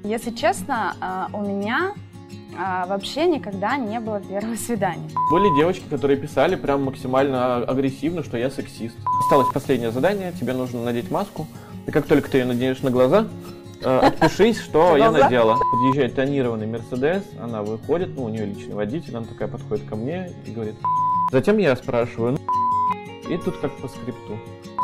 Если честно, у меня вообще никогда не было первого свидания. Были девочки, которые писали прям максимально агрессивно, что я сексист. Осталось последнее задание, тебе нужно надеть маску. И как только ты ее наденешь на глаза, отпишись, что я надела. Подъезжает тонированный Мерседес, она выходит, у нее личный водитель, она такая подходит ко мне и говорит. Затем я спрашиваю, и тут как по скрипту.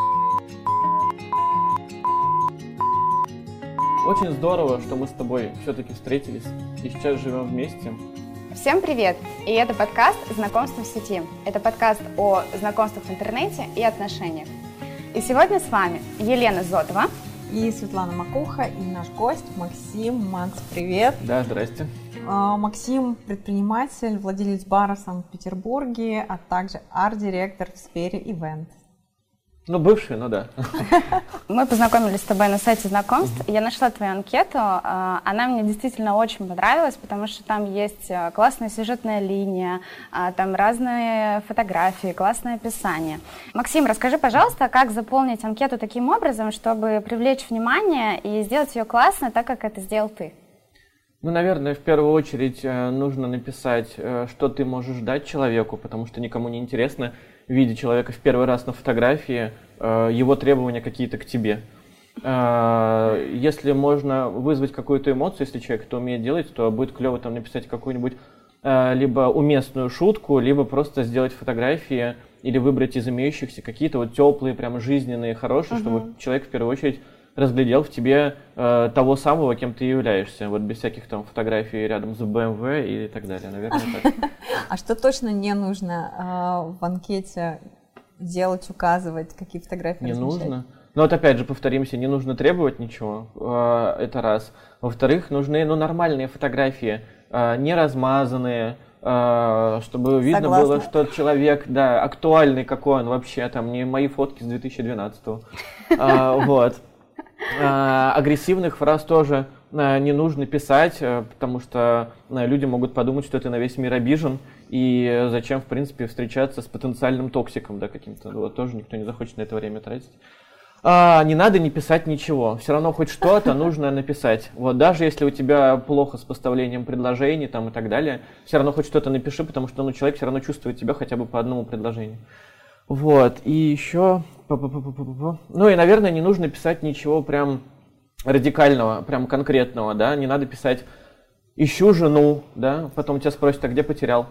Очень здорово, что мы с тобой все-таки встретились и сейчас живем вместе. Всем привет! И это подкаст «Знакомства в сети». Это подкаст о знакомствах в интернете и отношениях. И сегодня с вами Елена Зотова и Светлана Макуха, и наш гость Максим. Макс, привет! Да, здрасте. Максим – предприниматель, владелец бара в Санкт-Петербурге, а также арт-директор в сфере ивент. Бывший, да. Мы познакомились с тобой на сайте знакомств. Я нашла твою анкету. Она мне действительно очень понравилась, потому что там есть классная сюжетная линия, там разные фотографии, классное описание. Максим, расскажи, пожалуйста, как заполнить анкету таким образом, чтобы привлечь внимание и сделать ее классно, так как это сделал ты? Наверное, в первую очередь нужно написать, что ты можешь дать человеку, потому что никому не интересно, видя человека в первый раз на фотографии, его требования какие-то к тебе. Если можно вызвать какую-то эмоцию, если человек это умеет делать, то будет клево там написать какую-нибудь либо уместную шутку, либо просто сделать фотографии или выбрать из имеющихся какие-то теплые, прям жизненные, хорошие, чтобы человек в первую очередь разглядел в тебе того самого, кем ты являешься, без всяких там фотографий рядом с BMW и так далее, наверное, так. А что точно не нужно в анкете делать, указывать, какие фотографии не размещать? Нужно. Опять же, повторимся, не нужно требовать ничего, это раз. Во-вторых, нужны нормальные фотографии, не размазанные, чтобы видно было, что человек, актуальный какой он вообще, там, не мои фотки с 2012-го. Агрессивных фраз тоже не нужно писать, потому что люди могут подумать, что ты на весь мир обижен, и зачем, в принципе, встречаться с потенциальным токсиком, каким-то, тоже никто не захочет на это время тратить. Не надо не писать ничего, все равно хоть что-то нужно написать. Даже если у тебя плохо с поставлением предложений там, и так далее, все равно хоть что-то напиши, потому что человек все равно чувствует тебя хотя бы по одному предложению. И еще... и, наверное, не нужно писать ничего прям радикального, прям конкретного, не надо писать «ищу жену», потом тебя спросят, а где потерял,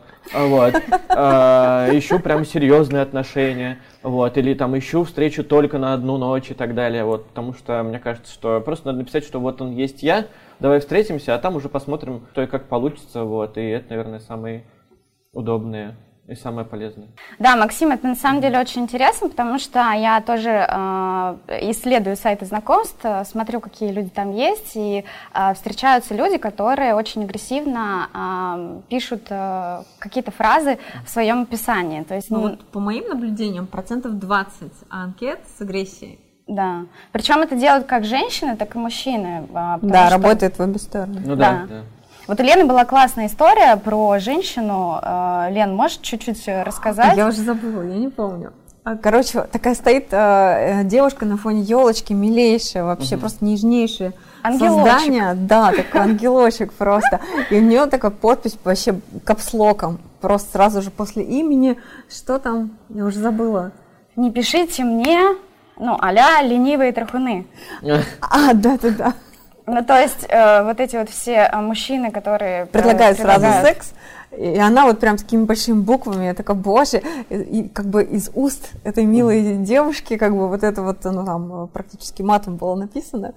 «ищу прям серьезные отношения», или там «ищу встречу только на одну ночь» и так далее, потому что мне кажется, что просто надо написать, что он есть я, давай встретимся, а там уже посмотрим, что и как получится, и это, наверное, самые удобные и самое полезное. Да, Максим, это на самом деле очень интересно, потому что я тоже исследую сайты знакомств, смотрю, какие люди там есть, и встречаются люди, которые очень агрессивно пишут какие-то фразы в своем описании. То есть, по моим наблюдениям, 20% анкет с агрессией. Да. Причем это делают как женщины, так и мужчины. Работает в обе стороны. Да. У Лены была классная история про женщину. Лен, можешь чуть-чуть рассказать? Я уже забыла, я не помню. Короче, такая стоит девушка на фоне елочки, милейшая, вообще просто нежнейшее создание. Да, такой ангелочек просто. И у нее такая подпись вообще капслоком, просто сразу же после имени. Что там? Я уже забыла. Не пишите мне, а-ля ленивые трахуны. Да. То есть эти все мужчины, которые предлагают сразу секс, и она прям такими большими буквами, я такая, боже, и как бы из уст этой милой девушки, там практически матом было написано.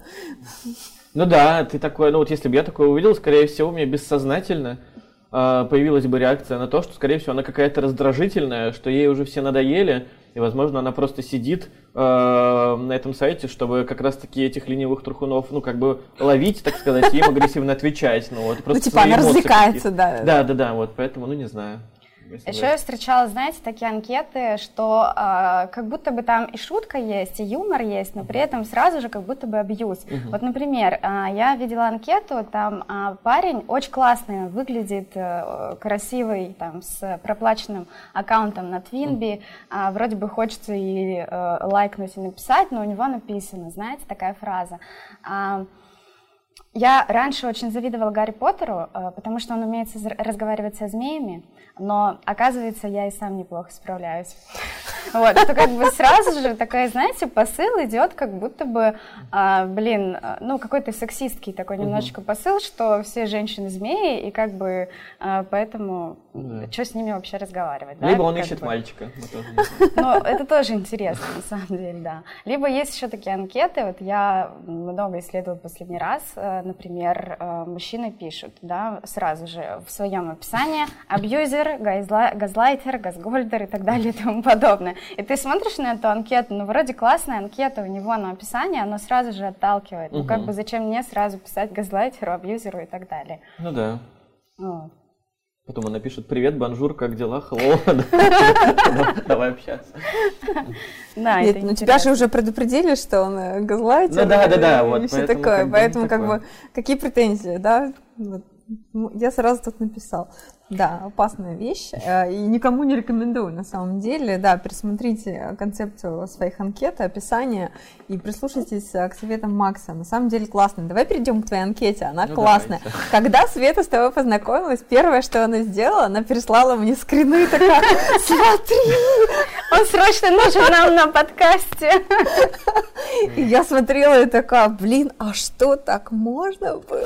Ты такой, если бы я такое увидел, скорее всего, у меня бессознательно появилась бы реакция на то, что, скорее всего, она какая-то раздражительная, что ей уже все надоели, и, возможно, она просто сидит на этом сайте, чтобы как раз-таки этих ленивых трухунов, ловить, так сказать, и им агрессивно отвечать. Она развлекается, да. Да, поэтому, не знаю. Еще я встречала, знаете, такие анкеты, что как будто бы там и шутка есть, и юмор есть, но при этом сразу же как будто бы абьюз. Например, я видела анкету, там парень очень классный, выглядит красивый, там, с проплаченным аккаунтом на Твинби, вроде бы хочется и лайкнуть, и написать, но у него написано, знаете, такая фраза. Я раньше очень завидовала Гарри Поттеру, потому что он умеет разговаривать со змеями, но, оказывается, я и сам неплохо справляюсь. Вот, это как бы сразу же такая, знаете, посыл идет, как будто бы, какой-то сексистский такой немножечко посыл, что все женщины змеи, и как бы поэтому что с ними вообще разговаривать? Либо он ищет мальчика. Ну, это тоже интересно, на самом деле, да. Либо есть еще такие анкеты, вот я много исследовала в последний раз, например, мужчины пишут, да, сразу же в своем описании абьюзер, газлайтер, газгольдер и так далее и тому подобное. И ты смотришь на эту анкету, ну, вроде классная анкета у него, но описание, оно сразу же отталкивает. Ну, как бы зачем мне сразу писать газлайтеру, абьюзеру и так далее. Ну да. Вот. Потом он напишет: привет, бонжур, как дела, hello, давай общаться. Нет, ну тебя же уже предупредили, что он газлайтер. Ну да, вот. И все такое, поэтому как бы какие претензии, да? Я сразу тут написал. Да, опасная вещь, и никому не рекомендую на самом деле. Да, пересмотрите концепцию своих анкет, описания и прислушайтесь к советам Макса. На самом деле классно. Давай перейдем к твоей анкете, она классная. Давайте. Когда Света с тобой познакомилась, первое, что она сделала, она переслала мне скрины, такая: смотри, он срочно нужен нам на подкасте. И я смотрела и такая: блин, а что, так можно было?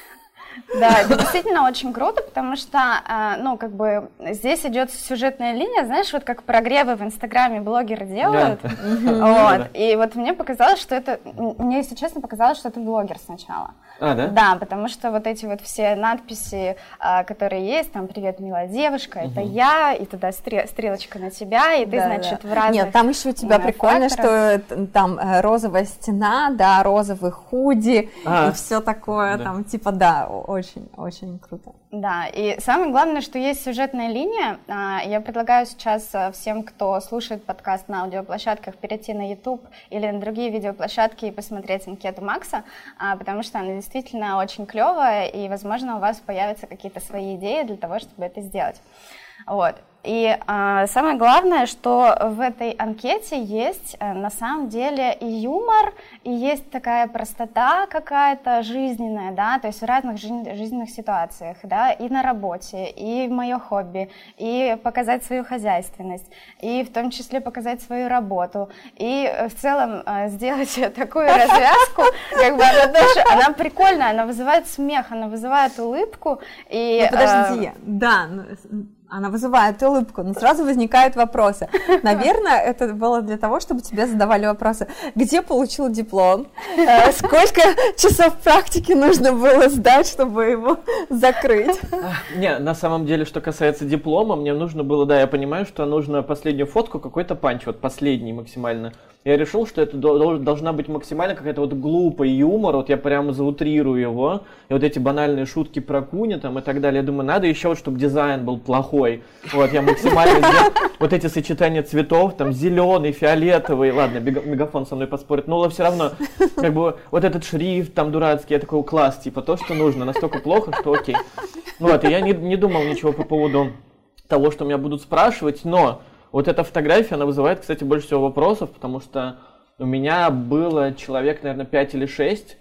Да, это действительно очень круто, потому что, как бы здесь идет сюжетная линия, знаешь, вот как прогревы в Инстаграме блогеры делают, вот, и вот мне показалось, что это, мне, если честно, показалось, что это блогер сначала. Да? Да, потому что вот эти вот все надписи, которые есть, там: привет, милая девушка, это я, и туда стрелочка на тебя, и ты, значит, в разных... Нет, там еще у тебя прикольно, что там розовая стена, да, розовый худи, и все такое, там, типа, да, очень круто. Да, и самое главное, что есть сюжетная линия. Я предлагаю сейчас всем, кто слушает подкаст на аудиоплощадках, перейти на YouTube или на другие видеоплощадки и посмотреть анкету Макса, потому что она действительно очень клевая, и, возможно, у вас появятся какие-то свои идеи для того, чтобы это сделать. Вот. И самое главное, что в этой анкете есть на самом деле и юмор, и есть такая простота какая-то жизненная, да, то есть в разных жизненных ситуациях, да, и на работе, и мое хобби, и показать свою хозяйственность, и в том числе показать свою работу, и в целом сделать такую развязку, как бы она прикольная, она вызывает смех, она вызывает улыбку. И, подожди, да, она вызывает улыбку, но сразу возникают вопросы. Наверное, это было для того, чтобы тебе задавали вопросы. Где получил диплом? Сколько часов практики нужно было сдать, чтобы его закрыть? Не, на самом деле, что касается диплома, мне нужно было, да, я понимаю, что нужно последнюю фотку, какой-то панч, вот последний максимально. Я решил, что это должна быть максимально какая-то вот глупый юмор, вот я прямо заутрирую его, и вот эти банальные шутки про Куни там и так далее. Я думаю, надо еще, чтобы дизайн был плохой. Вот, я максимально сделал вот эти сочетания цветов, там, зеленый, фиолетовый, ладно, Мегафон со мной поспорит, но все равно, как бы, вот этот шрифт там дурацкий, я такой: класс, типа, то, что нужно, настолько плохо, что окей. Вот, и я не думал ничего по поводу того, что меня будут спрашивать, но вот эта фотография, она вызывает, кстати, больше всего вопросов, потому что у меня было человек, наверное, 5 или 6,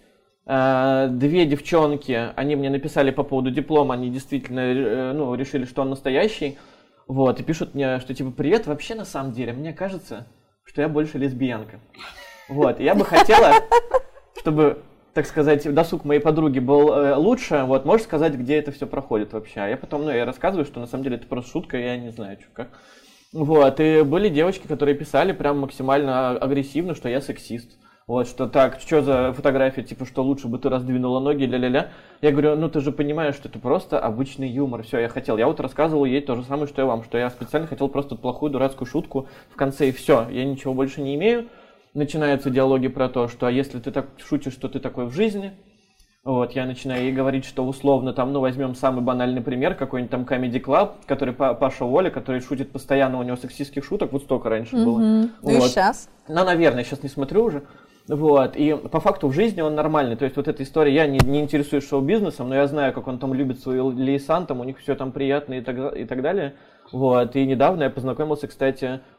2 девчонки, они мне написали по поводу диплома, они действительно, решили, что он настоящий, вот, и пишут мне, что типа: привет, вообще на самом деле, мне кажется, что я больше лесбиянка. Вот, и я бы хотела, чтобы, так сказать, досуг моей подруги был лучше, вот, можешь сказать, где это все проходит вообще? А я потом, я рассказываю, что на самом деле это просто шутка, я не знаю, что как. Вот, и были девочки, которые писали прям максимально агрессивно, что я сексист. Вот, что так, что за фотография, типа, что лучше бы ты раздвинула ноги, ля-ля-ля. Я говорю, ты же понимаешь, что это просто обычный юмор. Все, я хотел. Я вот рассказывал ей то же самое, что и вам, что я специально хотел просто плохую дурацкую шутку в конце, и все. Я ничего больше не имею. Начинаются диалоги про то, что если ты так шутишь, что ты такой в жизни. Вот, я начинаю ей говорить, что условно там, возьмем самый банальный пример, какой-нибудь там Comedy Club, который Паша Воля, который шутит постоянно, у него сексистских шуток, вот столько раньше было. Ну вот. И сейчас? Наверное, сейчас не смотрю уже. Вот, и по факту в жизни он нормальный, то есть вот эта история, я не интересуюсь шоу-бизнесом, но я знаю, как он там любит свою Лейсан, там у них все там приятно и так далее. Вот, и недавно я познакомился, кстати,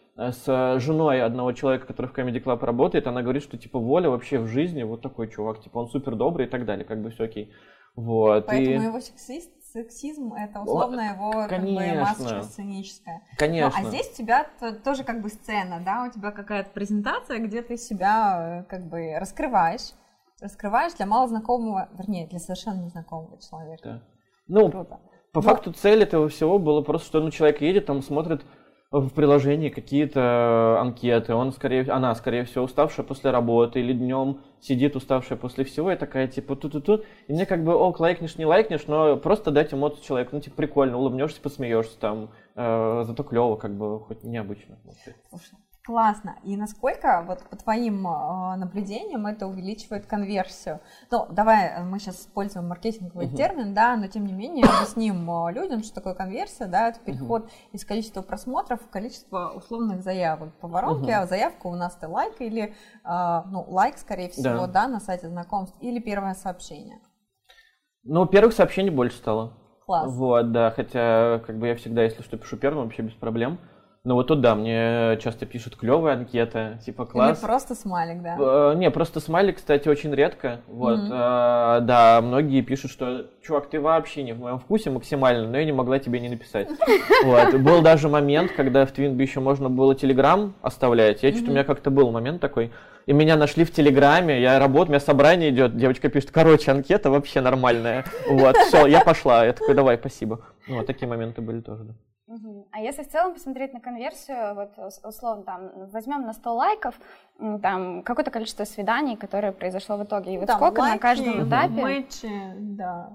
с женой одного человека, который в Comedy Club работает, она говорит, что, типа, Воля вообще в жизни вот такой чувак, типа, он супер добрый и так далее, как бы все окей. Вот. Поэтому его сексизм — это условно его как бы маска сценическая. Конечно. Ну, а здесь у тебя тоже как бы сцена, да, у тебя какая-то презентация, где ты себя как бы раскрываешь для малознакомого, вернее, для совершенно незнакомого человека. Да. Ну, круто. По факту цель этого всего было просто, что человек едет, там смотрит в приложении какие-то анкеты, она, скорее всего, уставшая после работы, или днем сидит уставшая после всего, и такая, типа, ту-ту-ту, и мне как бы, лайкнешь, не лайкнешь, но просто дать эмоцию человеку, ну, типа, прикольно, улыбнешься, посмеешься, там, зато клево, как бы, хоть необычно. Слушай, классно. И насколько, вот по твоим наблюдениям, это увеличивает конверсию? Ну, давай мы сейчас используем маркетинговый термин, да, но тем не менее объясним людям, что такое конверсия, да, это переход из количества просмотров в количество условных заявок по воронке, а заявка у нас это лайк или, лайк, скорее всего, да, на сайте знакомств, или первое сообщение. Ну, первых сообщений больше стало. Класс. Вот, да, хотя, как бы, я всегда, если что, пишу первым, вообще без проблем. Ну вот тут, да, мне часто пишут клевые анкеты, типа класс. Или просто смайлик, да? Не, просто смайлик, кстати, очень редко. Вот, да, многие пишут, что, чувак, ты вообще не в моем вкусе максимально, но я не могла тебе не написать. Вот, был даже момент, когда в Твинбе еще можно было Телеграм оставлять. Я что-то, у меня как-то был момент такой, и меня нашли в Телеграме, я работаю, у меня собрание идет, девочка пишет, короче, анкета вообще нормальная. Вот, все, я пошла. Я такой, давай, спасибо. Вот, такие моменты были тоже, да. А если в целом посмотреть на конверсию, вот условно там возьмем на 100 лайков, там какое-то количество свиданий, которое произошло в итоге, и вот сколько лайки, на каждом этапе? Мэтчи, да.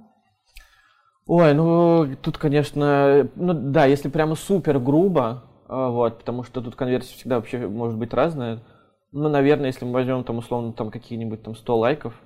Ой, ну тут, конечно, ну да, если прямо супер грубо, вот, потому что тут конверсия всегда вообще может быть разная. Ну, наверное, если мы возьмем там условно там какие-нибудь там 100 лайков,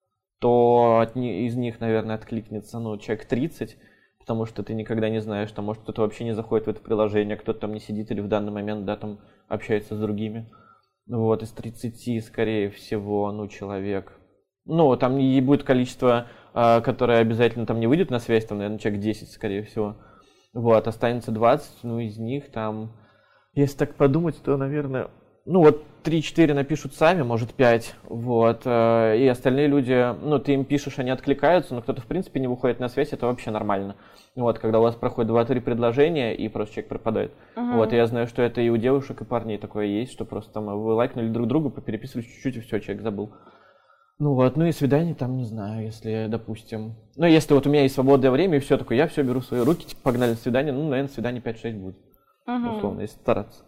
то из них, наверное, откликнется, ну, человек 30. Потому что ты никогда не знаешь, там, может, кто-то вообще не заходит в это приложение, кто-то там не сидит или в данный момент, да, там, общается с другими. Вот, из 30, скорее всего, ну, человек. Ну, там не будет количество, которое обязательно там не выйдет на связь, там, наверное, человек 10, скорее всего. Вот, останется 20, ну, из них там, если так подумать, то, наверное, ну, вот 3-4 напишут сами, может, 5, вот, и остальные люди, ну, ты им пишешь, они откликаются, но кто-то, в принципе, не выходит на связь, это вообще нормально. Вот, когда у вас проходит 2-3 предложения, и просто человек пропадает. Вот, и я знаю, что это и у девушек, и парней такое есть, что просто там вы лайкнули друг друга, попереписывались чуть-чуть, и все, человек забыл. Ну вот, ну и свидание там, не знаю, если, допустим, ну, если вот у меня есть свободное время, и все такое, я все беру в свои руки, типа, погнали на свидание, ну, наверное, свидание 5-6 будет, условно, если стараться.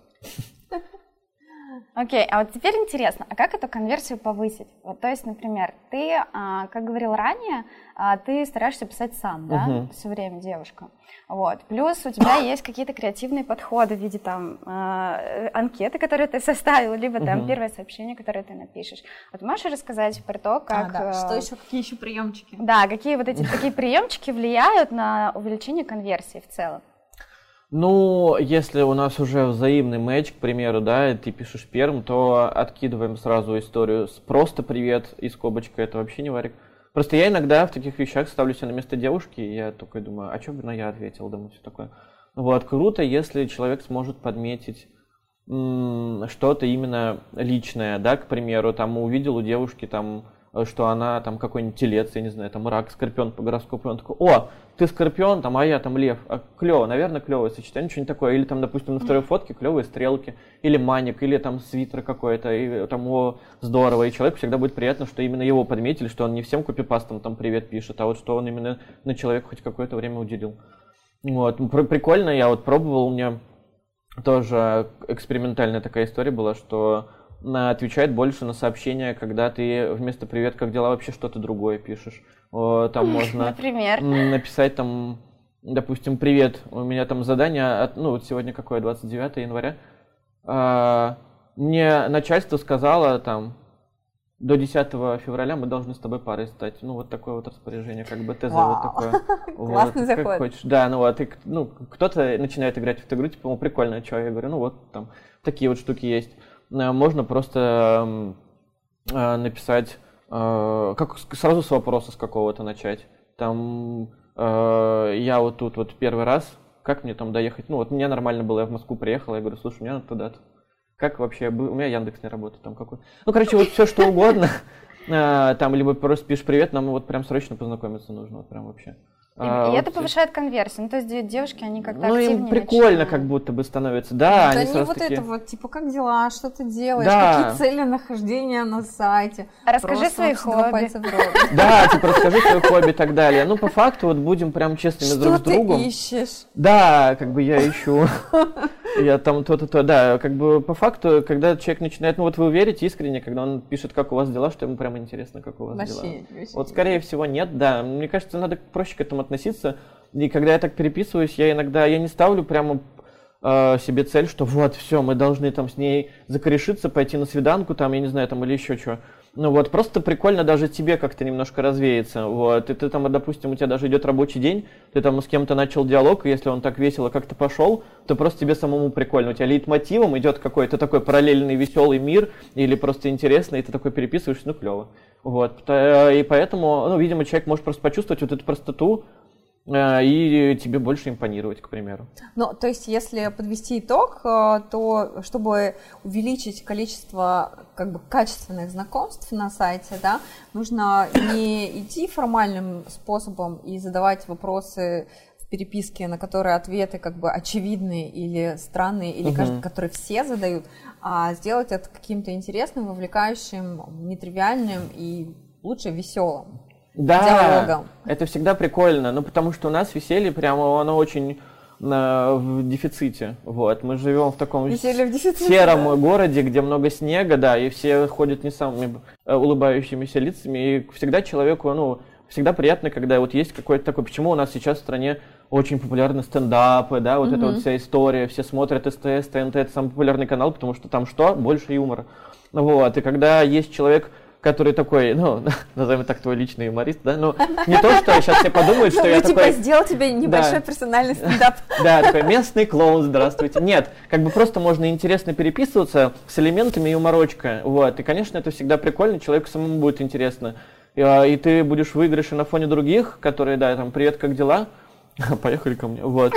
Окей, а вот теперь интересно, а как эту конверсию повысить? Вот, то есть, например, ты, как говорил ранее, ты стараешься писать сам, да, все время девушка. Вот. Плюс у тебя есть какие-то креативные подходы в виде там анкеты, которые ты составил, либо там первое сообщение, которое ты напишешь. Вот можешь рассказать про то, как... Что еще, какие еще приемчики? Да, какие вот эти такие приемчики влияют на увеличение конверсии в целом? Ну, если у нас уже взаимный матч, к примеру, да, и ты пишешь первым, то откидываем сразу историю с просто привет и скобочка, это вообще не варик. Просто я иногда в таких вещах ставлю себя на место девушки, и я такой думаю, а что бы я ответил, думаю, все такое. Вот, круто, если человек сможет подметить что-то именно личное, да, к примеру, там увидел у девушки там, что она там какой-нибудь телец, я не знаю, там рак, скорпион по гороскопу, и он такой, о, ты скорпион, там, а я там лев, клево, наверное, клевое сочетание, что-нибудь такое, или там, допустим, на второй фотке клевые стрелки, или маник, или там свитер какой-то, и там, о, здорово, и человеку всегда будет приятно, что именно его подметили, что он не всем копипастом там привет пишет, а вот что он именно на человека хоть какое-то время уделил. Вот, прикольно, я вот пробовал, у меня тоже экспериментальная такая история была, что отвечает больше на сообщения, когда ты вместо «привет, как дела» вообще что-то другое пишешь. Там можно написать, там, допустим, «привет, у меня там задание, ну вот сегодня какое, 29 января, мне начальство сказало, там, до 10 февраля мы должны с тобой парой стать». Ну вот такое вот распоряжение, как бы ТЗ вот такое. Классный заход. Как хочешь. Да, ну вот, и, ну, кто-то начинает играть в эту игру, типа, прикольно, что, я говорю, ну вот, там, такие вот штуки есть. Можно просто написать, как сразу с вопроса с какого-то начать. Там, я вот тут вот первый раз, как мне там доехать? Ну вот мне нормально было, я в Москву приехал, я говорю, слушай, мне надо туда-то. как вообще, у меня Яндекс не работает, там какой. Ну, короче, вот все что угодно, там, либо просто пишешь привет, нам вот прям срочно познакомиться нужно, вот прям вообще. И это повышает конверсию. Ну, то есть девушки, они как-то активнее им прикольно начинают. как будто бы становится. Да, они сразу вот такие... это вот, типа, как дела, что ты делаешь, да. какие цели нахождения на сайте. Расскажи свои хобби. Да, типа, расскажи свои хобби и так далее. Ну, по факту, вот будем прям честными друг с другом. Что ты ищешь? Да, как бы я ищу. Я там то-то, да, как бы по факту, когда человек начинает, ну вот вы верите искренне, когда он пишет, как у вас дела, что ему прям интересно, как у вас дела. Вот скорее всего нет, да. Мне кажется, надо проще к этому относиться. И когда я так переписываюсь, я не ставлю прямо себе цель, что вот, все, мы должны там с ней закорешиться, пойти на свиданку, там, я не знаю, там, или еще что. Ну вот, просто прикольно даже тебе как-то немножко развеяться, вот, и ты там, допустим, у тебя даже идет рабочий день, ты там с кем-то начал диалог, и если он так весело как-то пошел, то просто тебе самому прикольно, у тебя лейтмотивом идет какой-то такой параллельный веселый мир, или просто интересный, и ты такой переписываешь, ну, клево, вот, и поэтому, ну, видимо, человек может просто почувствовать вот эту простоту, и тебе больше импонировать, к примеру. Ну, то есть, если подвести итог, то чтобы увеличить количество как бы качественных знакомств на сайте, да, нужно не идти формальным способом и задавать вопросы в переписке, на которые ответы как бы очевидные или странные, или которые все задают, а сделать это каким-то интересным, вовлекающим, нетривиальным и лучше веселым. Да, диалогом. Это всегда прикольно, ну потому что у нас веселье прямо оно очень в дефиците, вот, мы живем в таком сером городе, где много снега, да, и все ходят не самыми улыбающимися лицами, и всегда человеку, ну, всегда приятно, когда вот есть какой-то такой, почему у нас сейчас в стране очень популярны стендапы, да, вот эта вот вся история, все смотрят СТС, ТНТ, это самый популярный канал, потому что там что? Больше юмора, вот, и когда есть человек, который такой, ну, назовем так, твой личный юморист, да, ну, не то, что сейчас все подумают, что я такой... типа сделал тебе небольшой персональный стендап. Да, такой местный клоун, здравствуйте. Нет, как бы просто можно интересно переписываться с элементами юморочка, вот, и, конечно, это всегда прикольно, человеку самому будет интересно, и ты будешь в выигрыше на фоне других, которые, да, там, привет, как дела? Поехали ко мне, вот.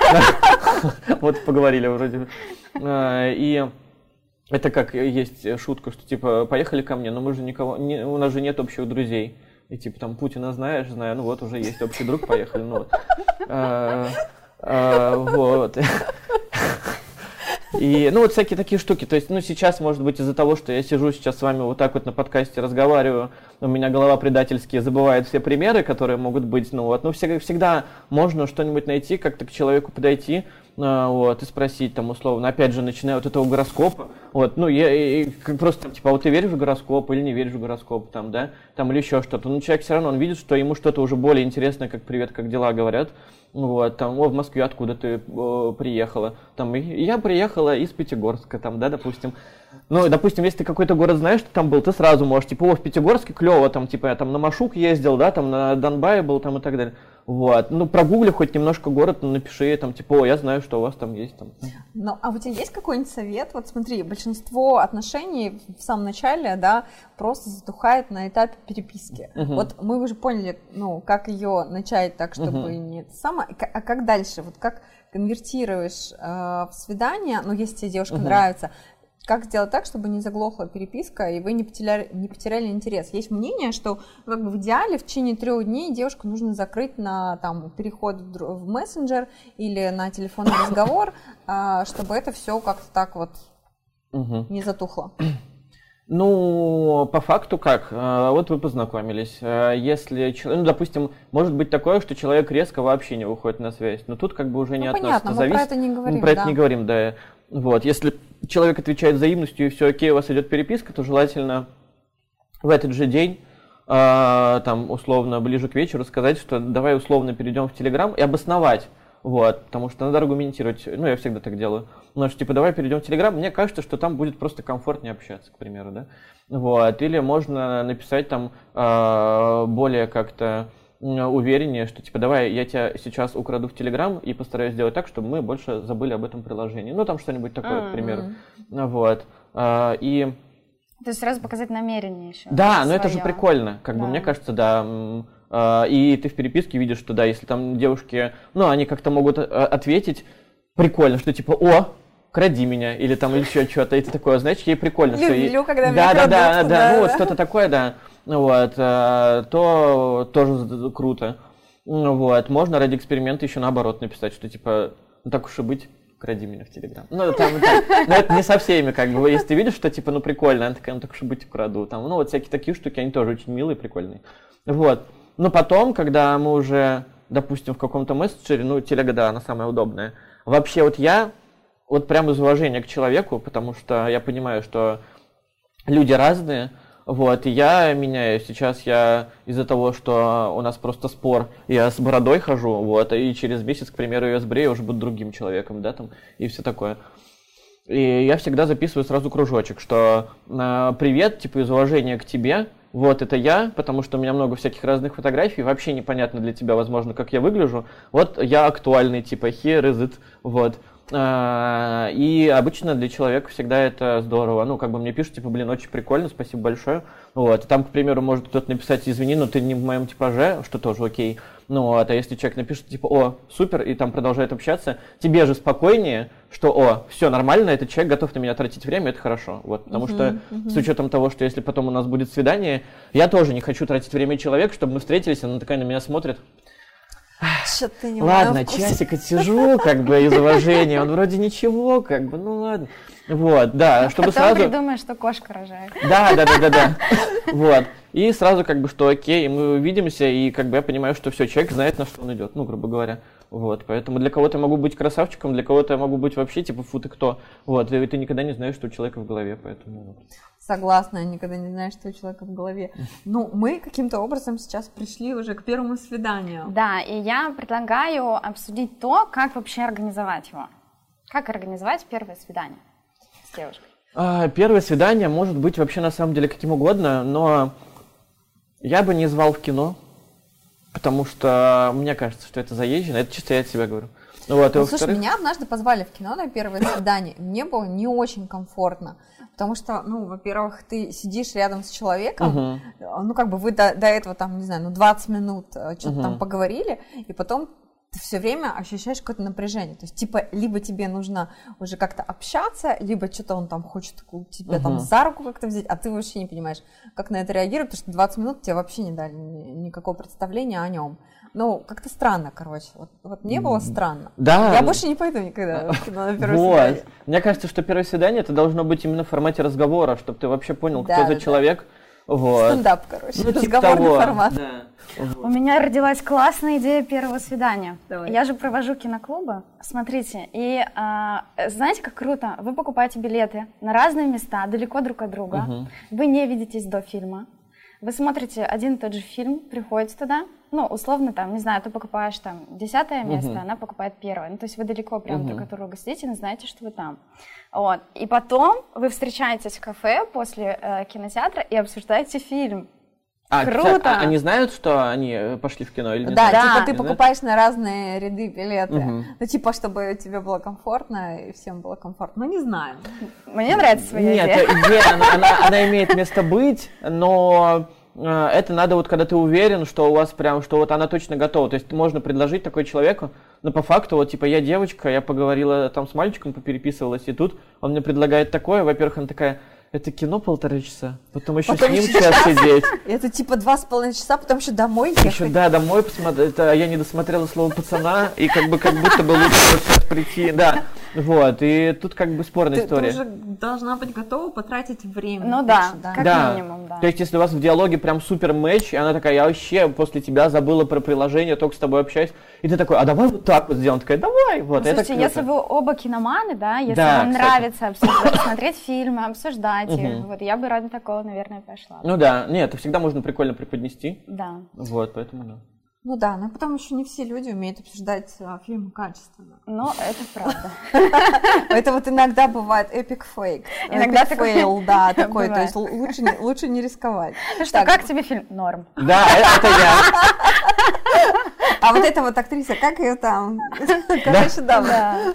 Вот, поговорили вроде. И... Это как есть шутка, что типа поехали ко мне, но мы же у нас же нет общих друзей. И типа там Путина знаешь, знаю, ну вот уже есть общий друг, поехали, ну вот. Вот. И, ну, вот всякие такие штуки. То есть, ну, сейчас, может быть, из-за того, что я сижу сейчас с вами вот так вот на подкасте разговариваю, у меня голова предательски забывает все примеры, которые могут быть, ну, вот. Ну, всегда можно что-нибудь найти, как-то к человеку подойти, вот, и спросить, там, условно, опять же, начиная от этого гороскопа, вот, ну, я просто, типа, вот ты веришь в гороскоп или не веришь в гороскоп, там, да, там, или еще что-то. Ну, человек все равно, он видит, что ему что-то уже более интересное, как «привет, как дела» говорят. Вот, там, в Москве откуда ты приехала? Там, я приехала из Пятигорска, там, да, допустим. Ну, допустим, если ты какой-то город знаешь, что там был, ты сразу можешь, типа, в Пятигорске клево, там, типа, я там на Машук ездил, да, там, на Донбайе был, там, и так далее. Вот, ну, прогугли хоть немножко город, ну, напиши, там, типа, я знаю, что у вас там есть, там. Ну, а у тебя есть какой-нибудь совет? Вот смотри, большинство отношений в самом начале, да, просто затухает на этапе переписки. Вот мы уже поняли, ну, как ее начать так, чтобы не это самое, а как дальше? Вот как конвертируешь в свидание, ну, если тебе девушка нравится, как сделать так, чтобы не заглохла переписка, и вы не потеряли интерес? Есть мнение, что как бы в идеале в течение 3 дней девушку нужно закрыть на там, переход в мессенджер или на телефонный разговор, чтобы это все как-то так вот не затухло. Ну, по факту как? Вот вы познакомились. Если, ну, допустим, может быть такое, что человек резко вообще не выходит на связь, но тут как бы уже не от нас это зависит. Мы про это не говорим, про это не говорим, да. Вот, если человек отвечает взаимностью и все окей, у вас идет переписка, то желательно в этот же день, там, условно, ближе к вечеру сказать, что давай условно перейдем в Телеграм и обосновать. Вот, потому что надо аргументировать, ну, я всегда так делаю. Ну, что, типа, давай перейдем в Телеграм, мне кажется, что там будет просто комфортнее общаться, к примеру, да. Вот, или можно написать там более как-то увереннее, что, типа, давай я тебя сейчас украду в Телеграм и постараюсь сделать так, чтобы мы больше забыли об этом приложении. Ну, там что-нибудь такое, к примеру. Вот, и... То есть сразу показать намерение еще. Да, но это же прикольно, как бы, мне кажется, да. И ты в переписке видишь, что да, если там девушки, ну, они как-то могут ответить прикольно, что типа, кради меня, или там еще что-то, и ты такое, знаешь, ей прикольно. Люблю, когда меня крадут. Да, ну вот что-то такое, да, вот, то тоже круто. Вот, можно ради эксперимента еще наоборот написать, что типа, ну так уж и быть, кради меня в Телеграм. Ну, там, но это не со всеми, как бы, если ты видишь, что типа, ну прикольно, она такая, ну так уж и быть, украду. Там, ну вот всякие такие штуки, они тоже очень милые, прикольные. Вот, но потом, когда мы уже, допустим, в каком-то мессенджере, ну, телега, да, она самая удобная. Вообще вот я, вот прямо из уважения к человеку, потому что я понимаю, что люди разные, вот, и я меняюсь. Сейчас я из-за того, что у нас просто спор, я с бородой хожу, вот, и через месяц, к примеру, я сбрею, уже буду другим человеком, да, там, и все такое. И я всегда записываю сразу кружочек, что привет, типа, из уважения к тебе, вот, это я, потому что у меня много всяких разных фотографий, вообще непонятно для тебя, возможно, как я выгляжу, вот, я актуальный, типа, here is it, вот. И обычно для человека всегда это здорово. Ну, как бы мне пишут, типа, блин, очень прикольно, спасибо большое. Вот. И там, к примеру, может кто-то написать, извини, но ты не в моем типаже, что тоже окей. Ну, вот. А если человек напишет, типа, о, супер, и там продолжает общаться, тебе же спокойнее, что, о, все нормально, этот человек готов на меня тратить время, это хорошо. Вот. Потому что с учетом того, что если потом у нас будет свидание, я тоже не хочу тратить время человека, чтобы мы встретились, она такая на меня смотрит. Что-то не ладно, часик отсижу, как бы, из уважения, он вроде ничего, как бы, ну ладно. Вот, да, чтобы потом сразу... придумаешь, что кошка рожает. Да. Вот. И сразу, как бы, что окей, мы увидимся, и, как бы, я понимаю, что все, человек знает, на что он идет, ну, грубо говоря. Вот, поэтому для кого-то я могу быть красавчиком, для кого-то я могу быть вообще, типа, фу, ты кто. Вот, и ты никогда не знаешь, что у человека в голове, поэтому... Согласна, я никогда не знаю, что у человека в голове. Ну, мы каким-то образом сейчас пришли уже к первому свиданию. Да, и я предлагаю обсудить то, как вообще организовать его. Как организовать первое свидание с девушкой? Первое свидание может быть вообще на самом деле каким угодно, но я бы не звал в кино, потому что мне кажется, что это заезжено. Это чисто я от себя говорю. Вот, ну, слушай, меня однажды позвали в кино на первое свидание. Мне было не очень комфортно, потому что, ну, во-первых, ты сидишь рядом с человеком, ну, как бы вы до этого, там, не знаю, 20 минут что-то там поговорили, и потом ты все время ощущаешь какое-то напряжение. То есть, типа, либо тебе нужно уже как-то общаться, либо что-то он там хочет тебя там за руку как-то взять, а ты вообще не понимаешь, как на это реагировать, потому что 20 минут тебе вообще не дали никакого представления о нем. Ну, как-то странно, короче. Вот мне было странно. Да. Я больше не пойду никогда в кино на первое свидание. Мне кажется, что первое свидание это должно быть именно в формате разговора, чтобы ты вообще понял, кто за человек. Вот. Стендап, короче. Ну, разговорный формат. Да. У меня родилась классная идея первого свидания. Давай. Я же провожу киноклубы. Смотрите, и знаете, как круто? Вы покупаете билеты на разные места, далеко друг от друга. Вы не видитесь до фильма. Вы смотрите один и тот же фильм, приходите туда, ну, условно, там, не знаю, ты покупаешь там 10-е место, она покупает 1-е. Ну, то есть вы далеко прям друг от друга сидите, но знаете, что вы там. Вот. И потом вы встречаетесь в кафе после кинотеатра и обсуждаете фильм. Круто! Они знают, что они пошли в кино или не да, знают? Типа ты покупаешь на разные ряды билеты. Ну, типа, чтобы тебе было комфортно и всем было комфортно. Ну, не знаю. Мне нравится своя идея. Нет, идея, она имеет место быть, но это надо вот, когда ты уверен, что у вас прям, что вот она точно готова. То есть можно предложить такой человеку, но по факту, вот, типа, я девочка, я поговорила там с мальчиком, попереписывалась, и тут он мне предлагает такое, во-первых, она такая... Это кино 1,5 часа, потом еще с ним час сидеть. Это типа 2,5 часа, потом еще домой ехать. Еще, да, домой посмотреть. Это я не досмотрела слово пацана, и как будто бы лучше сейчас прийти, да. Вот, и тут как бы спорная история. Ты уже должна быть готова потратить время. Ну да, как минимум, да. То есть, если у вас в диалоге прям супер матч, и она такая, я вообще после тебя забыла про приложение, только с тобой общаюсь, и ты такой, а давай вот так вот сделаем. Такая, давай, вот, это слушайте, если вы оба киноманы, да, если вам нравится смотреть фильмы, обсуждать их, вот, я бы ради такого, наверное, пошла. Ну да, нет, это всегда можно прикольно преподнести. Да. Вот, поэтому да. Ну да, но потом еще не все люди умеют обсуждать фильмы качественно. Ну, это правда. Это вот иногда бывает epic fake. Иногда фейл, да, такой, то есть лучше не рисковать. Ну что, как тебе фильм? Норм. Да, это я. А вот эта вот актриса, как ее там? Короче, да.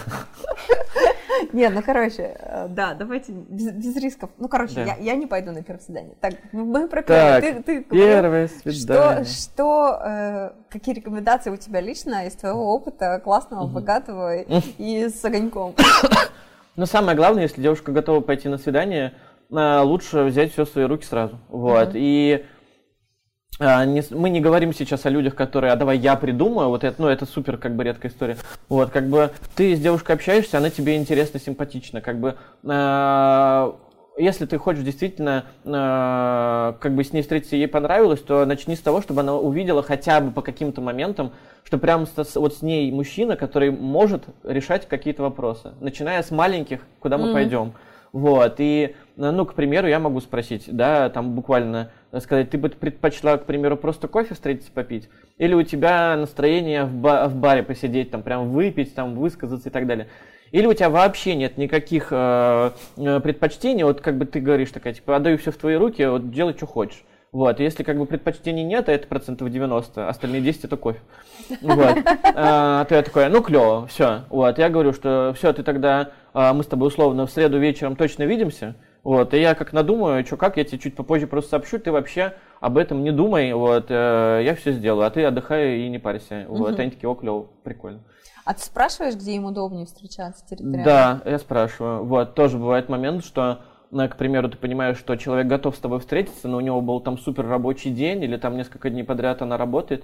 Нет, ну, короче, да, давайте без рисков. Ну, короче, я не пойду на первое свидание. Так, мы про первое. Ты первое свидание. Какие рекомендации у тебя лично из твоего опыта, классного, богатого и с огоньком? Но самое главное, если девушка готова пойти на свидание, лучше взять все в свои руки сразу. Вот. И мы не говорим сейчас о людях, которые, давай я придумаю, вот это, это супер как бы редкая история. Вот, как бы ты с девушкой общаешься, она тебе интересна, симпатична, как бы если ты хочешь действительно как бы с ней встретиться, ей понравилось, то начни с того, чтобы она увидела хотя бы по каким-то моментам, что прямо вот с ней мужчина, который может решать какие-то вопросы, начиная с маленьких, куда мы пойдем. Вот, и, к примеру, я могу спросить, да, там буквально сказать, ты бы предпочла, к примеру, просто кофе встретиться попить, или у тебя настроение в баре посидеть, там, прям выпить, там, высказаться и так далее. Или у тебя вообще нет никаких предпочтений, вот как бы ты говоришь такая, типа, отдаю все в твои руки, вот делай, что хочешь. Вот, если как бы предпочтений нет, а это 90%, остальные 10% это кофе. Вот. То я такой, клево, все. Вот, я говорю, что все, ты тогда, мы с тобой условно в среду вечером точно видимся. Вот, и я как надумаю, что как, я тебе чуть попозже просто сообщу, ты вообще об этом не думай, вот, я все сделаю, а ты отдыхай и не парься. Вот, они такие, клево, прикольно. А ты спрашиваешь, где им удобнее встречаться территориально? Да, я спрашиваю. Вот, тоже бывает момент, что, к примеру, ты понимаешь, что человек готов с тобой встретиться, но у него был там супер рабочий день, или там несколько дней подряд она работает.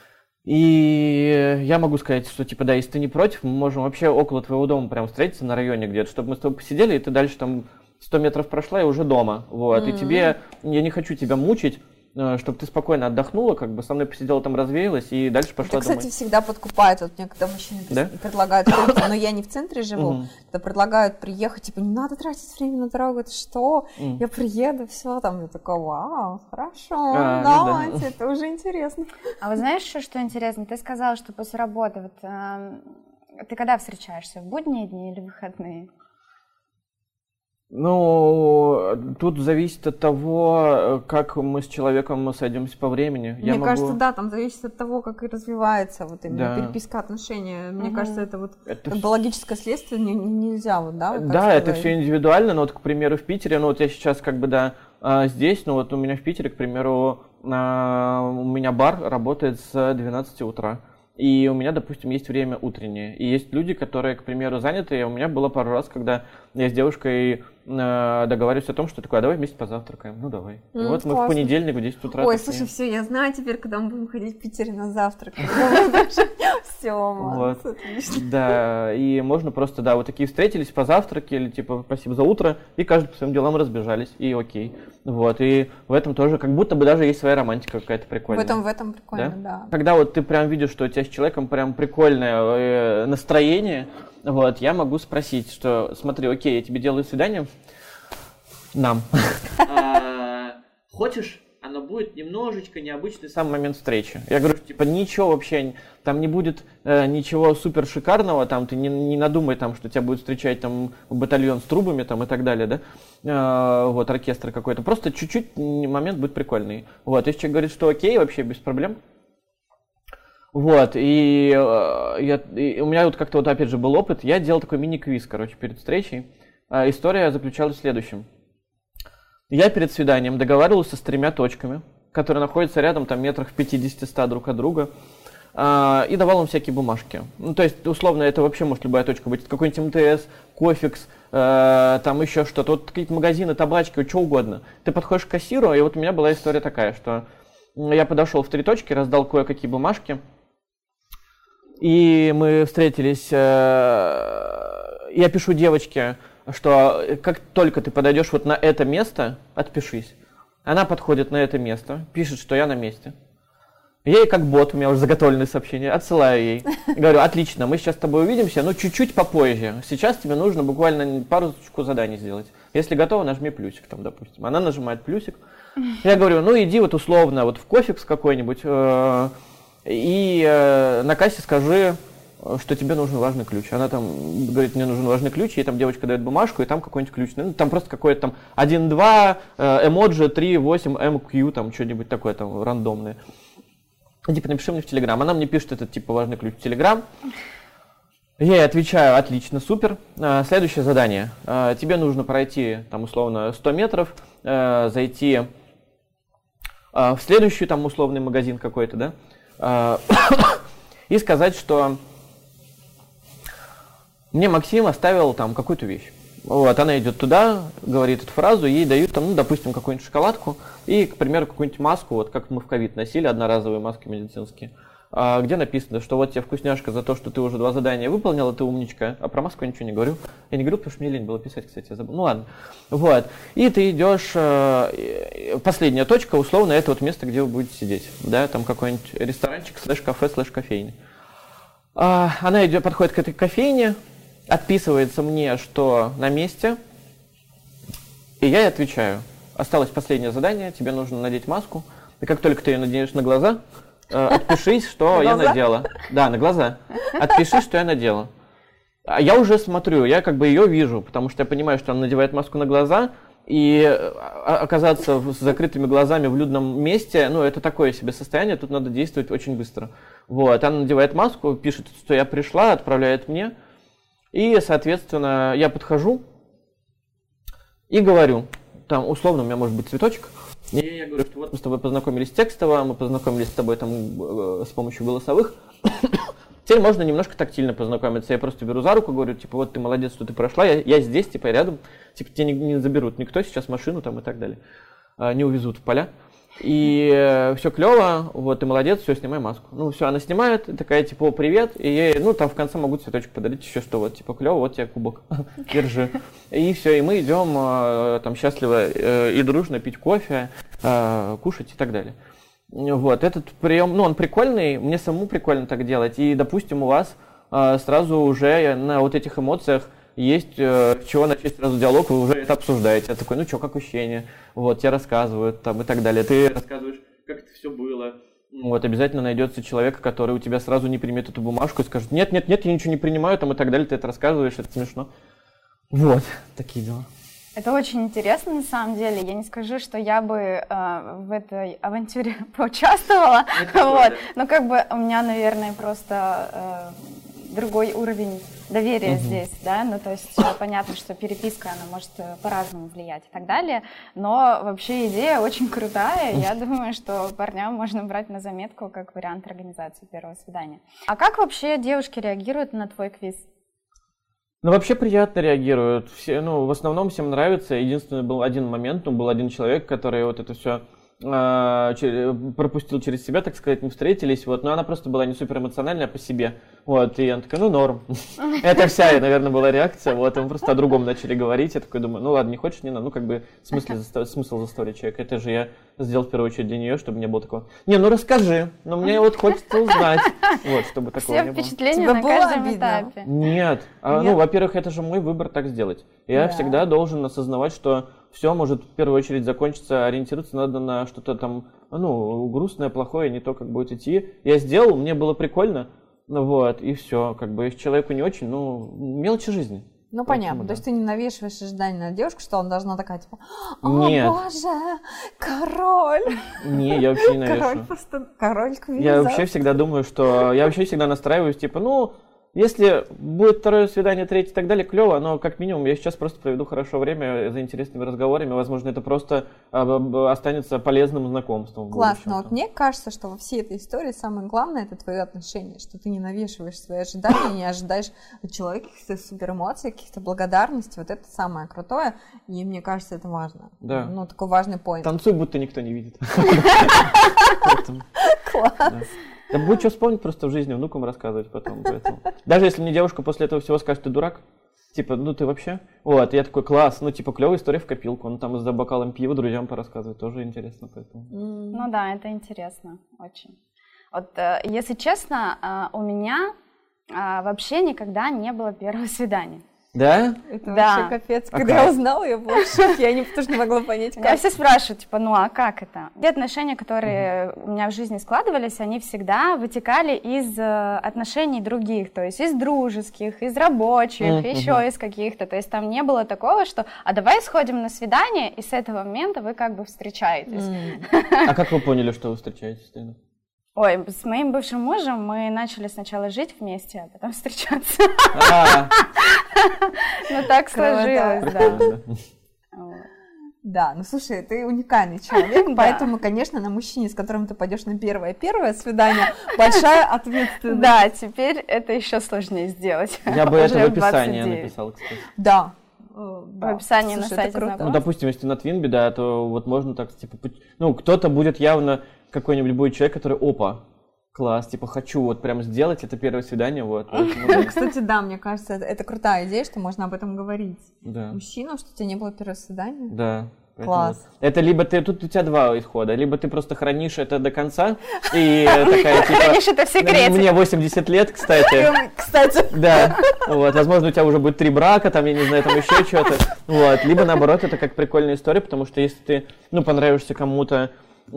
И я могу сказать, что, типа, да, если ты не против, мы можем вообще около твоего дома прям встретиться на районе где-то, чтобы мы с тобой посидели, и ты дальше там 100 метров прошла и уже дома. Вот, и тебе, я не хочу тебя мучить, чтобы ты спокойно отдохнула, как бы со мной посидела там, развеялась и дальше пошла домой. Это, кстати, всегда подкупает. Вот мне когда мужчины предлагают, но я не в центре живу, когда предлагают приехать, типа, не надо тратить время на дорогу, это что? Я приеду, все, там, я такая, вау, хорошо, давайте, это уже интересно. А вы знаешь еще, что интересно? Ты сказала, что после работы, вот ты когда встречаешься, в будние дни или выходные? Тут зависит от того, как мы с человеком сойдемся по времени. Мне кажется, да, там зависит от того, как и развивается вот именно переписка отношений. Мне кажется, это вот как бы логическое следствие нельзя вот, да? Вот да, это все индивидуально, но вот, к примеру, в Питере, вот я сейчас как бы, здесь, вот у меня в Питере, к примеру, у меня бар работает с 12 утра. И у меня, допустим, есть время утреннее. И есть люди, которые, к примеру, заняты. И у меня было пару раз, когда я с девушкой договариваюсь о том, что такое, давай вместе позавтракаем. Ну, давай. И вот классно. Мы в понедельник в 10 утра. Ой, слушай, все, я знаю теперь, когда мы будем ходить в Питере на завтрак. Все, отлично. Да, и можно просто, вот такие встретились, позавтракали, типа, спасибо за утро, и каждый по своим делам разбежались, и окей. Вот, и в этом тоже, как будто бы даже есть своя романтика какая-то прикольная. В этом прикольно, да. Когда вот ты прям видишь, что у тебя с человеком прям прикольное настроение, вот, я могу спросить, что, смотри, окей, я тебе делаю свидание, хочешь, оно будет немножечко необычный сам момент встречи. Я говорю, типа, ничего вообще, там не будет ничего супер шикарного, там ты не надумай, там, что тебя будет встречать там батальон с трубами там, и так далее, да, вот, оркестр какой-то, просто чуть-чуть момент будет прикольный. Вот, если человек говорит, что окей, вообще без проблем. Вот, и у меня вот как-то вот опять же был опыт, я делал такой мини-квиз, перед встречей. История заключалась в следующем. Я перед свиданием договаривался с 3 точками, которые находятся рядом, там, метрах в 50-100 друг от друга, и давал им всякие бумажки. То есть, условно, это вообще может любая точка быть, какой-нибудь МТС, Кофикс, там еще что-то, вот какие-то магазины, табачки, вот что угодно. Ты подходишь к кассиру, и вот у меня была история такая, что я подошел в 3 точки, раздал кое-какие бумажки, и мы встретились, я пишу девочке, что как только ты подойдешь вот на это место, отпишись. Она подходит на это место, пишет, что я на месте. Я ей как бот, у меня уже заготовленное сообщение, отсылаю ей. Говорю, отлично, мы сейчас с тобой увидимся, но чуть-чуть попозже. Сейчас тебе нужно буквально парочку заданий сделать. Если готова, нажми плюсик там, допустим. Она нажимает плюсик. Я говорю, иди вот условно вот в Кофикс какой-нибудь и на кассе скажи, что тебе нужен важный ключ. Она там говорит, мне нужен важный ключ, ей там девочка дает бумажку, и там какой-нибудь ключ. Там просто какой-то там 1-2, эмоджи, 3-8, MQ, там что-нибудь такое там рандомное. типа, напиши мне в Телеграм. Она мне пишет этот, типа, важный ключ в Телеграм. Я ей отвечаю, отлично, супер. Следующее задание. Тебе нужно пройти, там, условно, 100 метров, зайти в следующий, там, условный магазин какой-то, да, и сказать, что мне Максим оставил там какую-то вещь. Вот, она идет туда, говорит эту фразу, ей дают там, ну, допустим, какую-нибудь шоколадку и, к примеру, какую-нибудь маску, вот как мы в ковид носили, одноразовые маски медицинские, где написано, что вот тебе вкусняшка за то, что ты уже 2 задания выполнила, ты умничка, а про маску я ничего не говорю. Я не говорю, потому что мне лень было писать, кстати, я забыл. Ну ладно. Вот. И ты идешь, последняя точка, условно, это вот место, где вы будете сидеть. Да, там какой-нибудь ресторанчик, /кафе, /кофейня. Она идет, подходит к этой кофейне, отписывается мне, что на месте, и я ей отвечаю. Осталось последнее задание, тебе нужно надеть маску, и как только ты ее наденешь на глаза, отпишись, что я надела. Да, на глаза. Отпишись, что я надела. Я уже смотрю, я как бы ее вижу, потому что я понимаю, что она надевает маску на глаза, и оказаться с закрытыми глазами в людном месте, ну, это такое себе состояние, тут надо действовать очень быстро. Вот, она надевает маску, пишет, что я пришла, отправляет мне, и, соответственно, я подхожу и говорю, там, условно, у меня может быть цветочек, и я говорю, что вот мы с тобой познакомились текстово, мы познакомились с тобой там с помощью голосовых. Теперь можно немножко тактильно познакомиться. Я просто беру за руку, говорю, типа, вот ты молодец, что ты прошла, я здесь, типа, рядом. Типа, тебя не заберут никто сейчас машину там и так далее. Не увезут в поля. И все клево, вот, ты молодец, все, снимай маску. Ну, все, она снимает, такая, типа, привет, и ей, ну, там в конце могу цветочек подарить, еще что, вот, типа, клево, вот тебе кубок, держи. И все, и мы идем там счастливо и дружно пить кофе, кушать и так далее. Вот, этот прием, ну, он прикольный, мне самому прикольно так делать, и, допустим, у вас сразу уже на вот этих эмоциях есть чего начать сразу диалог, вы уже это обсуждаете. Я такой, ну что, как ощущения? Вот, тебе рассказывают там и так далее. Ты рассказываешь, как это все было. Вот, обязательно найдется человек, который у тебя сразу не примет эту бумажку и скажет, нет, я ничего не принимаю, там и так далее. Ты это рассказываешь, это смешно. Вот, такие дела. Это очень интересно, на самом деле. Я не скажу, что я бы в этой авантюре поучаствовала. Вот. Но как бы у меня, наверное, просто другой уровень доверия здесь, да, ну то есть понятно, что переписка, она может по-разному влиять и так далее, но вообще идея очень крутая, я думаю, что парням можно брать на заметку как вариант организации первого свидания. А как вообще девушки реагируют на твой квиз? Ну, вообще приятно реагируют, все, ну, в основном всем нравится, единственный был один момент, был один человек, который вот это все пропустил через себя, так сказать, не встретились, вот, но она просто была не супер эмоциональная по себе, вот, и она такая, ну, норм. Это вся, наверное, была реакция, вот, мы просто о другом начали говорить, я такой думаю, ну, ладно, не хочешь, не надо, ну, как бы, смысл заставить человека, это же я сделал в первую очередь для нее, чтобы не было такого, не, ну, расскажи, но мне вот хочется узнать, вот, чтобы такого не было. Все впечатления на каждом этапе. Нет, ну, во-первых, это же мой выбор так сделать, я всегда должен осознавать, что все может в первую очередь закончиться, ориентироваться надо на что-то там, ну, грустное, плохое, не то, как будет идти. Я сделал, мне было прикольно, ну вот, и все, как бы, если человеку не очень, ну, мелочи жизни. Ну, понятно, да. То есть ты не навешиваешь ожидания на девушку, что она должна такая, типа, о, нет. боже, король. Не, я вообще не навешиваю. Король квиза. Я вообще всегда думаю, что, я вообще всегда настраиваюсь, типа, ну, если будет второе свидание, третье и так далее, клево, но как минимум я сейчас просто проведу хорошо время за интересными разговорами. Возможно, это просто останется полезным знакомством. Классно. Вот мне кажется, что во всей этой истории самое главное — это твои отношения, что ты не навешиваешь свои ожидания, не ожидаешь от человека каких-то супер эмоций, каких-то благодарностей. Вот это самое крутое, и мне кажется, это важно. Да. Ну, такой важный поинт. Танцуй, будто никто не видит. Класс. Да будет что вспомнить просто в жизни, внукам рассказывать потом. Поэтому. Даже если мне девушка после этого всего скажет, ты дурак, типа, ну ты вообще. Вот, я такой, класс, ну типа клевая история в копилку. Он там за бокалом пива друзьям порассказывает, тоже интересно. Поэтому. Ну да, это интересно очень. Вот, если честно, у меня вообще никогда не было первого свидания. Да? Это вообще капец. Когда я узнала, я была в шоке, я тоже не могла понять, как. Меня все спрашивают, типа, ну а как это? Те отношения, которые у меня в жизни складывались, они всегда вытекали из отношений других, то есть из дружеских, из рабочих, еще из каких-то. То есть там не было такого, что, а давай сходим на свидание, и с этого момента вы как бы встречаетесь. А как вы поняли, что вы встречаетесь? Ой, с моим бывшим мужем мы начали сначала жить вместе, а потом встречаться. Ну так сложилось, да. Да, ну слушай, ты уникальный человек, поэтому, конечно, на мужчине, с которым ты пойдешь на первое свидание, большая ответственность. Да, теперь это еще сложнее сделать. Я бы это в описании написал, кстати. Да. В описании на сайте знакомств. Ну, допустим, если на Твинби, да, то вот можно так, типа, ну, кто-то будет явно какой-нибудь любой человек, который, опа, класс, типа, хочу вот прям сделать это первое свидание, вот. Кстати, да, мне кажется, это крутая идея, что можно об этом говорить. Да. Мужчинам, что у тебя не было первого свидания. Да. Класс. Это либо тут у тебя два исхода, либо ты просто хранишь это до конца и такая, типа... Хранишь это в секрете. Мне 80 лет, кстати. Да. Вот, возможно, у тебя уже будет 3 брака, там, я не знаю, там еще что-то. Вот. Либо, наоборот, это как прикольная история, потому что если ты, ну, понравишься кому-то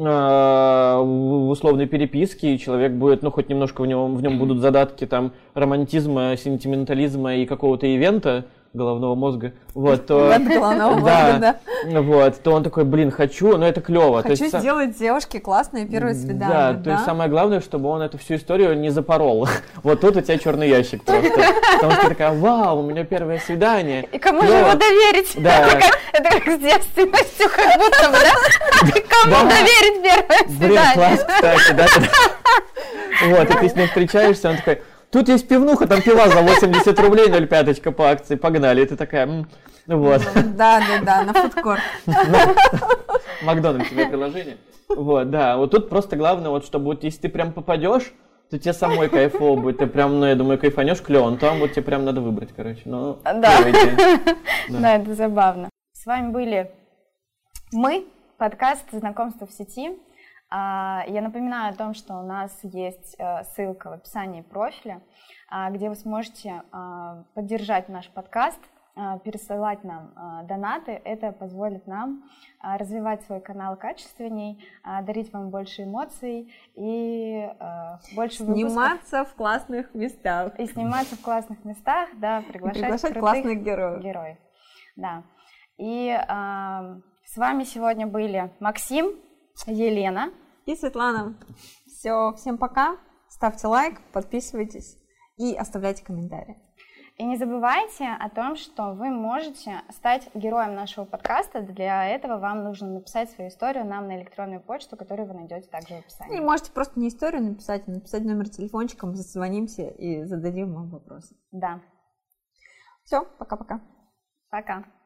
в условной переписке, и человек будет, ну, хоть немножко в нем будут задатки там романтизма, сентиментализма и какого-то ивента, головного мозга, вот, то... Головного мозга, да. Вот, то он такой, блин, хочу, но это клево. Хочу сделать девушке классное первое свидание, да? То есть самое главное, чтобы он эту всю историю не запорол. Вот тут у тебя черный ящик просто. Потому что ты такая, вау, у меня первое свидание. И кому же его доверить? Да. Это как с девственностью, как будто бы, да? Кому доверить первое свидание? Блин, класс, кстати, да? Вот, и ты с ним встречаешься, он такой... Тут есть пивнуха, там пива за 80 рублей, 0,5 по акции, погнали. И ты такая, вот. Да, на фудкорт. Макдональдс тебе приложение. Вот, да. Вот тут просто главное, вот чтобы вот если ты прям попадешь, то тебе самой кайфово будет. Ты прям, ну, я думаю, кайфанешь клёво. Там вот тебе прям надо выбрать, короче. Ну, да, это забавно. С вами были мы, подкаст «Знакомство в сети». Я напоминаю о том, что у нас есть ссылка в описании профиля, где вы сможете поддержать наш подкаст, пересылать нам донаты. Это позволит нам развивать свой канал качественней, дарить вам больше эмоций и больше выпусков. Сниматься в классных местах. И сниматься в классных местах, да, приглашать классных героев. Да. И с вами сегодня были Максим, Елена и Светлана. Все, всем пока. Ставьте лайк, подписывайтесь и оставляйте комментарии. И не забывайте о том, что вы можете стать героем нашего подкаста. Для этого вам нужно написать свою историю нам на электронную почту, которую вы найдете также в описании. И можете просто не историю написать, а написать номер телефончика, мы зазвонимся и зададим вам вопросы. Да. Все, пока-пока. Пока.